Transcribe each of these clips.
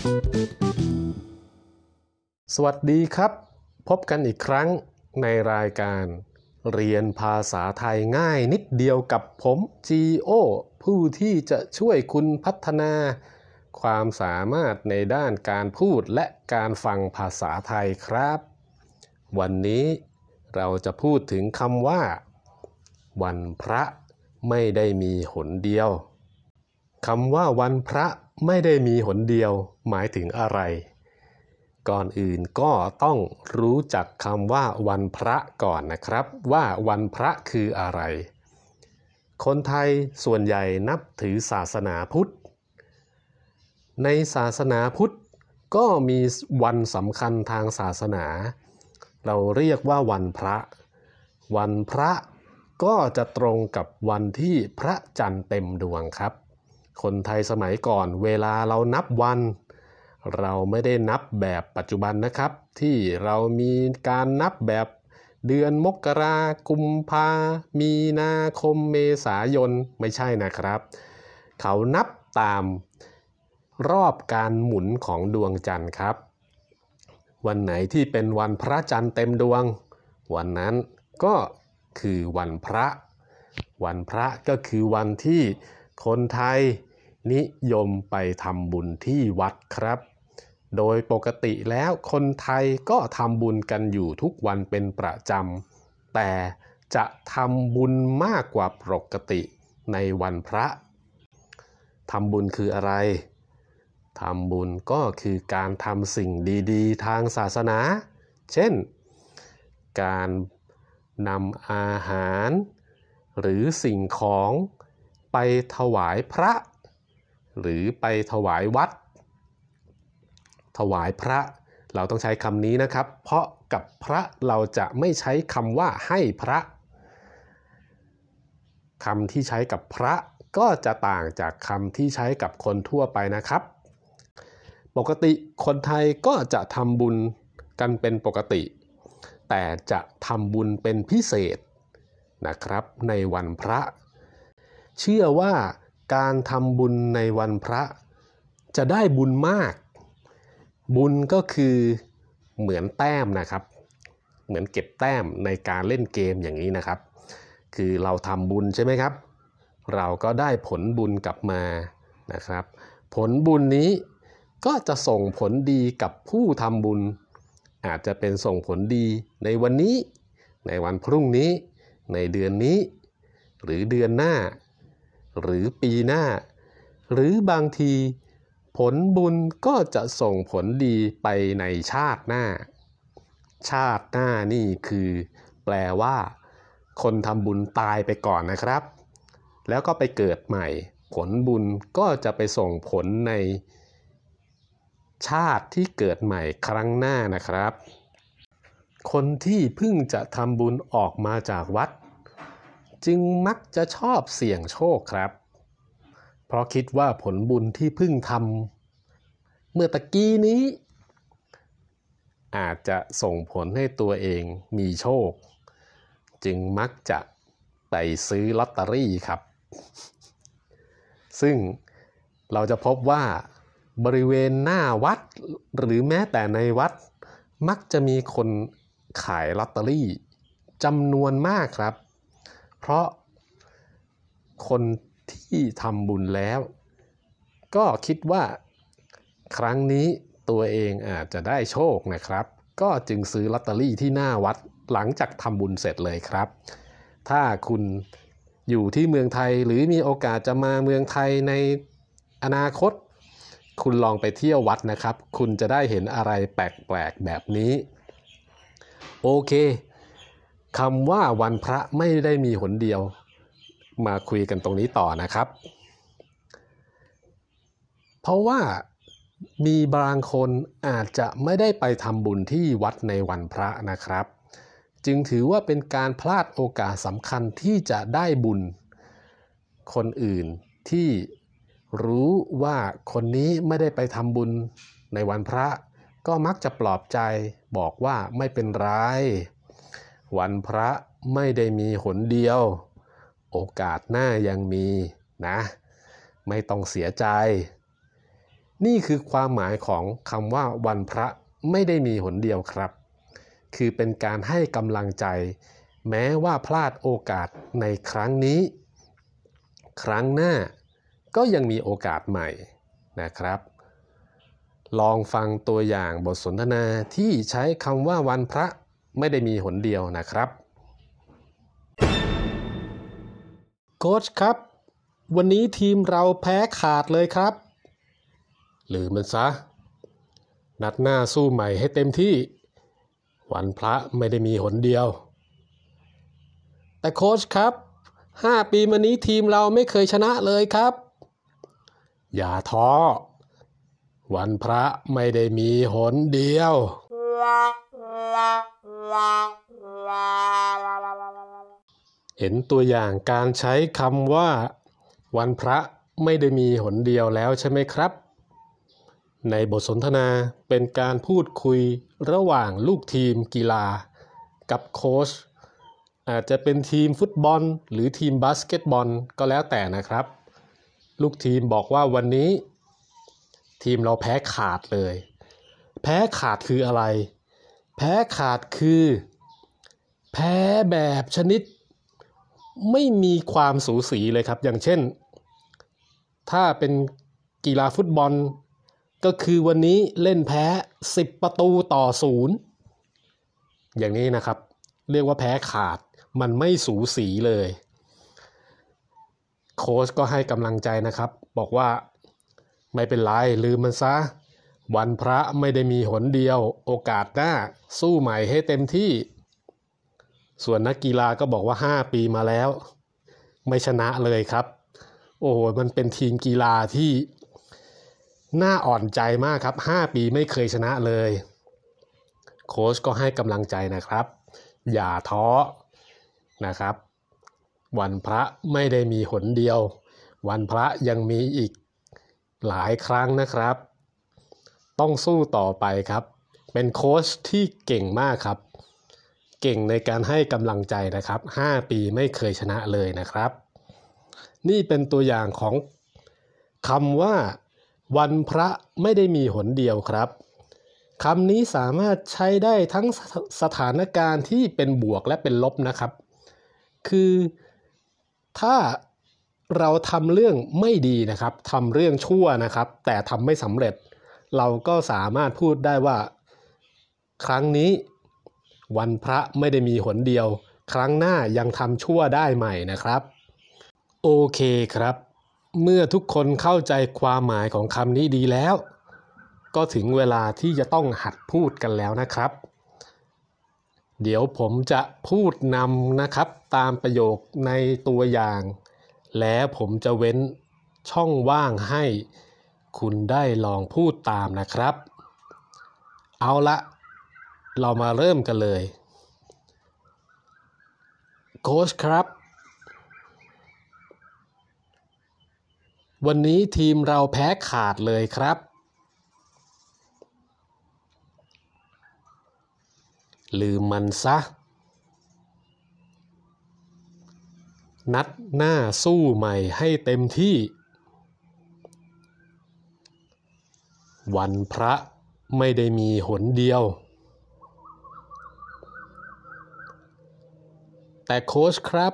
สวัสดีครับพบกันอีกครั้งในรายการเรียนภาษาไทยง่ายนิดเดียวกับผมจีโอผู้ที่จะช่วยคุณพัฒนาความสามารถในด้านการพูดและการฟังภาษาไทยครับวันนี้เราจะพูดถึงคำว่าวันพระไม่ได้มีหนเดียวคำว่าวันพระไม่ได้มีหนเดียวหมายถึงอะไรก่อนอื่นก็ต้องรู้จักคำว่าวันพระก่อนนะครับว่าวันพระคืออะไรคนไทยส่วนใหญ่นับถือศาสนาพุทธในศาสนาพุทธก็มีวันสำคัญทางศาสนาเราเรียกว่าวันพระวันพระก็จะตรงกับวันที่พระจันทร์เต็มดวงครับคนไทยสมัยก่อนเวลาเรานับวันเราไม่ได้นับแบบปัจจุบันนะครับที่เรามีการนับแบบเดือนมกราคมกุมภามีนาคมเมษายนไม่ใช่นะครับเขานับตามรอบการหมุนของดวงจันทร์ครับวันไหนที่เป็นวันพระจันทร์เต็มดวงวันนั้นก็คือวันพระวันพระก็คือวันที่คนไทยนิยมไปทำบุญที่วัดครับโดยปกติแล้วคนไทยก็ทำบุญกันอยู่ทุกวันเป็นประจำแต่จะทำบุญมากกว่าปกติในวันพระทำบุญคืออะไรทำบุญก็คือการทำสิ่งดีๆทางศาสนาเช่นการนำอาหารหรือสิ่งของไปถวายพระหรือไปถวายวัดถวายพระเราต้องใช้คำนี้นะครับเพราะกับพระเราจะไม่ใช้คำว่าให้พระคำที่ใช้กับพระก็จะต่างจากคำที่ใช้กับคนทั่วไปนะครับปกติคนไทยก็จะทำบุญกันเป็นปกติแต่จะทำบุญเป็นพิเศษนะครับในวันพระเชื่อว่าการทำบุญในวันพระจะได้บุญมากบุญก็คือเหมือนแต้มนะครับเหมือนเก็บแต้มในการเล่นเกมอย่างนี้นะครับคือเราทำบุญใช่ไหมครับเราก็ได้ผลบุญกลับมานะครับผลบุญนี้ก็จะส่งผลดีกับผู้ทำบุญอาจจะเป็นส่งผลดีในวันนี้ในวันพรุ่งนี้ในเดือนนี้หรือเดือนหน้าหรือปีหน้าหรือบางทีผลบุญก็จะส่งผลดีไปในชาติหน้าชาติหน้านี่คือแปลว่าคนทำบุญตายไปก่อนนะครับแล้วก็ไปเกิดใหม่ผลบุญก็จะไปส่งผลในชาติที่เกิดใหม่ครั้งหน้านะครับคนที่เพิ่งจะทำบุญออกมาจากวัดจึงมักจะชอบเสี่ยงโชคครับเพราะคิดว่าผลบุญที่เพิ่งทำเมื่อตะกี้นี้อาจจะส่งผลให้ตัวเองมีโชคจึงมักจะไปซื้อลอตเตอรี่ครับซึ่งเราจะพบว่าบริเวณหน้าวัดหรือแม้แต่ในวัดมักจะมีคนขายลอตเตอรี่จำนวนมากครับเพราะคนที่ทำบุญแล้วก็คิดว่าครั้งนี้ตัวเองอาจจะได้โชคนะครับก็จึงซื้อลอตเตอรี่ที่หน้าวัดหลังจากทำบุญเสร็จเลยครับถ้าคุณอยู่ที่เมืองไทยหรือมีโอกาสจะมาเมืองไทยในอนาคตคุณลองไปเที่ยววัดนะครับคุณจะได้เห็นอะไรแปลกๆแบบนี้โอเคคำว่าวันพระไม่ได้มีหนเดียวมาคุยกันตรงนี้ต่อนะครับเพราะว่ามีบางคนอาจจะไม่ได้ไปทำบุญที่วัดในวันพระนะครับจึงถือว่าเป็นการพลาดโอกาสสำคัญที่จะได้บุญคนอื่นที่รู้ว่าคนนี้ไม่ได้ไปทำบุญในวันพระก็มักจะปลอบใจบอกว่าไม่เป็นไรวันพระไม่ได้มีหนเดียวโอกาสหน้ายังมีนะไม่ต้องเสียใจนี่คือความหมายของคำว่าวันพระไม่ได้มีหนเดียวครับคือเป็นการให้กำลังใจแม้ว่าพลาดโอกาสในครั้งนี้ครั้งหน้าก็ยังมีโอกาสใหม่นะครับลองฟังตัวอย่างบทสนทนาที่ใช้คำว่าวันพระไม่ได้มีหนเดียวนะครับโค้ชครับวันนี้ทีมเราแพ้ขาดเลยครับลืมมันซะนัดหน้าสู้ใหม่ให้เต็มที่วันพระไม่ได้มีหนเดียวแต่โค้ชครับ5 ปีมานี้ทีมเราไม่เคยชนะเลยครับอย่าท้อวันพระไม่ได้มีหนเดียวเห็นตัวอย่างการใช้คำว่าวันพระไม่ได้มีหนเดียวแล้วใช่ไหมครับในบทสนทนาเป็นการพูดคุยระหว่างลูกทีมกีฬากับโค้ชอาจจะเป็นทีมฟุตบอลหรือทีมบาสเกตบอลก็แล้วแต่นะครับลูกทีมบอกว่าวันนี้ทีมเราแพ้ขาดเลยแพ้ขาดคืออะไรแพ้ขาดคือแพ้แบบชนิดไม่มีความสูสีเลยครับอย่างเช่นถ้าเป็นกีฬาฟุตบอลก็คือวันนี้เล่นแพ้10 ประตูต่อ 0อย่างนี้นะครับเรียกว่าแพ้ขาดมันไม่สูสีเลยโค้ชก็ให้กำลังใจนะครับบอกว่าไม่เป็นไรลืมมันซะวันพระไม่ได้มีหนเดียวโอกาสหน้าสู้ใหม่ให้เต็มที่ส่วนนักกีฬาก็บอกว่า5 ปีมาแล้วไม่ชนะเลยครับโอ้โหมันเป็นทีมกีฬาที่น่าอ่อนใจมากครับ5 ปีไม่เคยชนะเลยโค้ชก็ให้กำลังใจนะครับอย่าท้อนะครับวันพระไม่ได้มีหนเดียววันพระยังมีอีกหลายครั้งนะครับต้องสู้ต่อไปครับเป็นโค้ชที่เก่งมากครับเก่งในการให้กำลังใจนะครับ5 ปีไม่เคยชนะเลยนะครับนี่เป็นตัวอย่างของคำว่าวันพระไม่ได้มีหนเดียวครับคำนี้สามารถใช้ได้ทั้งสถานการณ์ที่เป็นบวกและเป็นลบนะครับคือถ้าเราทำเรื่องไม่ดีนะครับทำเรื่องชั่วนะครับแต่ทำไม่สำเร็จเราก็สามารถพูดได้ว่าครั้งนี้วันพระไม่ได้มีหนเดียวครั้งหน้ายังทำชั่วได้ใหม่นะครับโอเคครับเมื่อทุกคนเข้าใจความหมายของคำนี้ดีแล้วก็ถึงเวลาที่จะต้องหัดพูดกันแล้วนะครับเดี๋ยวผมจะพูดนำนะครับตามประโยคในตัวอย่างแล้วผมจะเว้นช่องว่างให้คุณได้ลองพูดตามนะครับเอาละเรามาเริ่มกันเลยโค้ชครับวันนี้ทีมเราแพ้ขาดเลยครับลืมมันซะนัดหน้าสู้ใหม่ให้เต็มที่วันพระไม่ได้มีหนเดียวแต่โค้ชครับ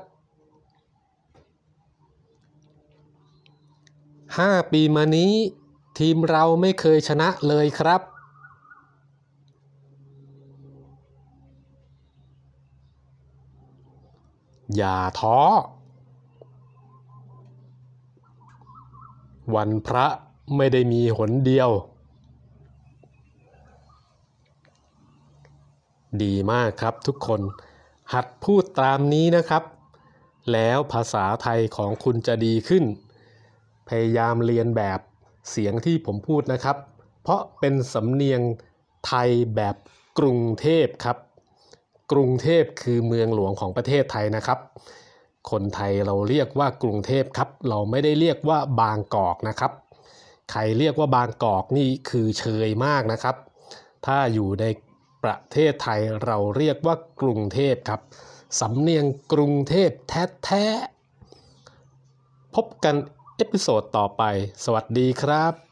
5 ปีมานี้ทีมเราไม่เคยชนะเลยครับอย่าท้อวันพระไม่ได้มีหนเดียวดีมากครับทุกคนหัดพูดตามนี้นะครับแล้วภาษาไทยของคุณจะดีขึ้นพยายามเรียนแบบเสียงที่ผมพูดนะครับเพราะเป็นสำเนียงไทยแบบกรุงเทพครับกรุงเทพคือเมืองหลวงของประเทศไทยนะครับคนไทยเราเรียกว่ากรุงเทพครับเราไม่ได้เรียกว่าบางกอกนะครับใครเรียกว่าบางกอกนี่คือเชยมากนะครับถ้าอยู่ในประเทศไทยเราเรียกว่ากรุงเทพครับสำเนียงกรุงเทพแท้ๆพบกันเอพิโซดต่อไปสวัสดีครับ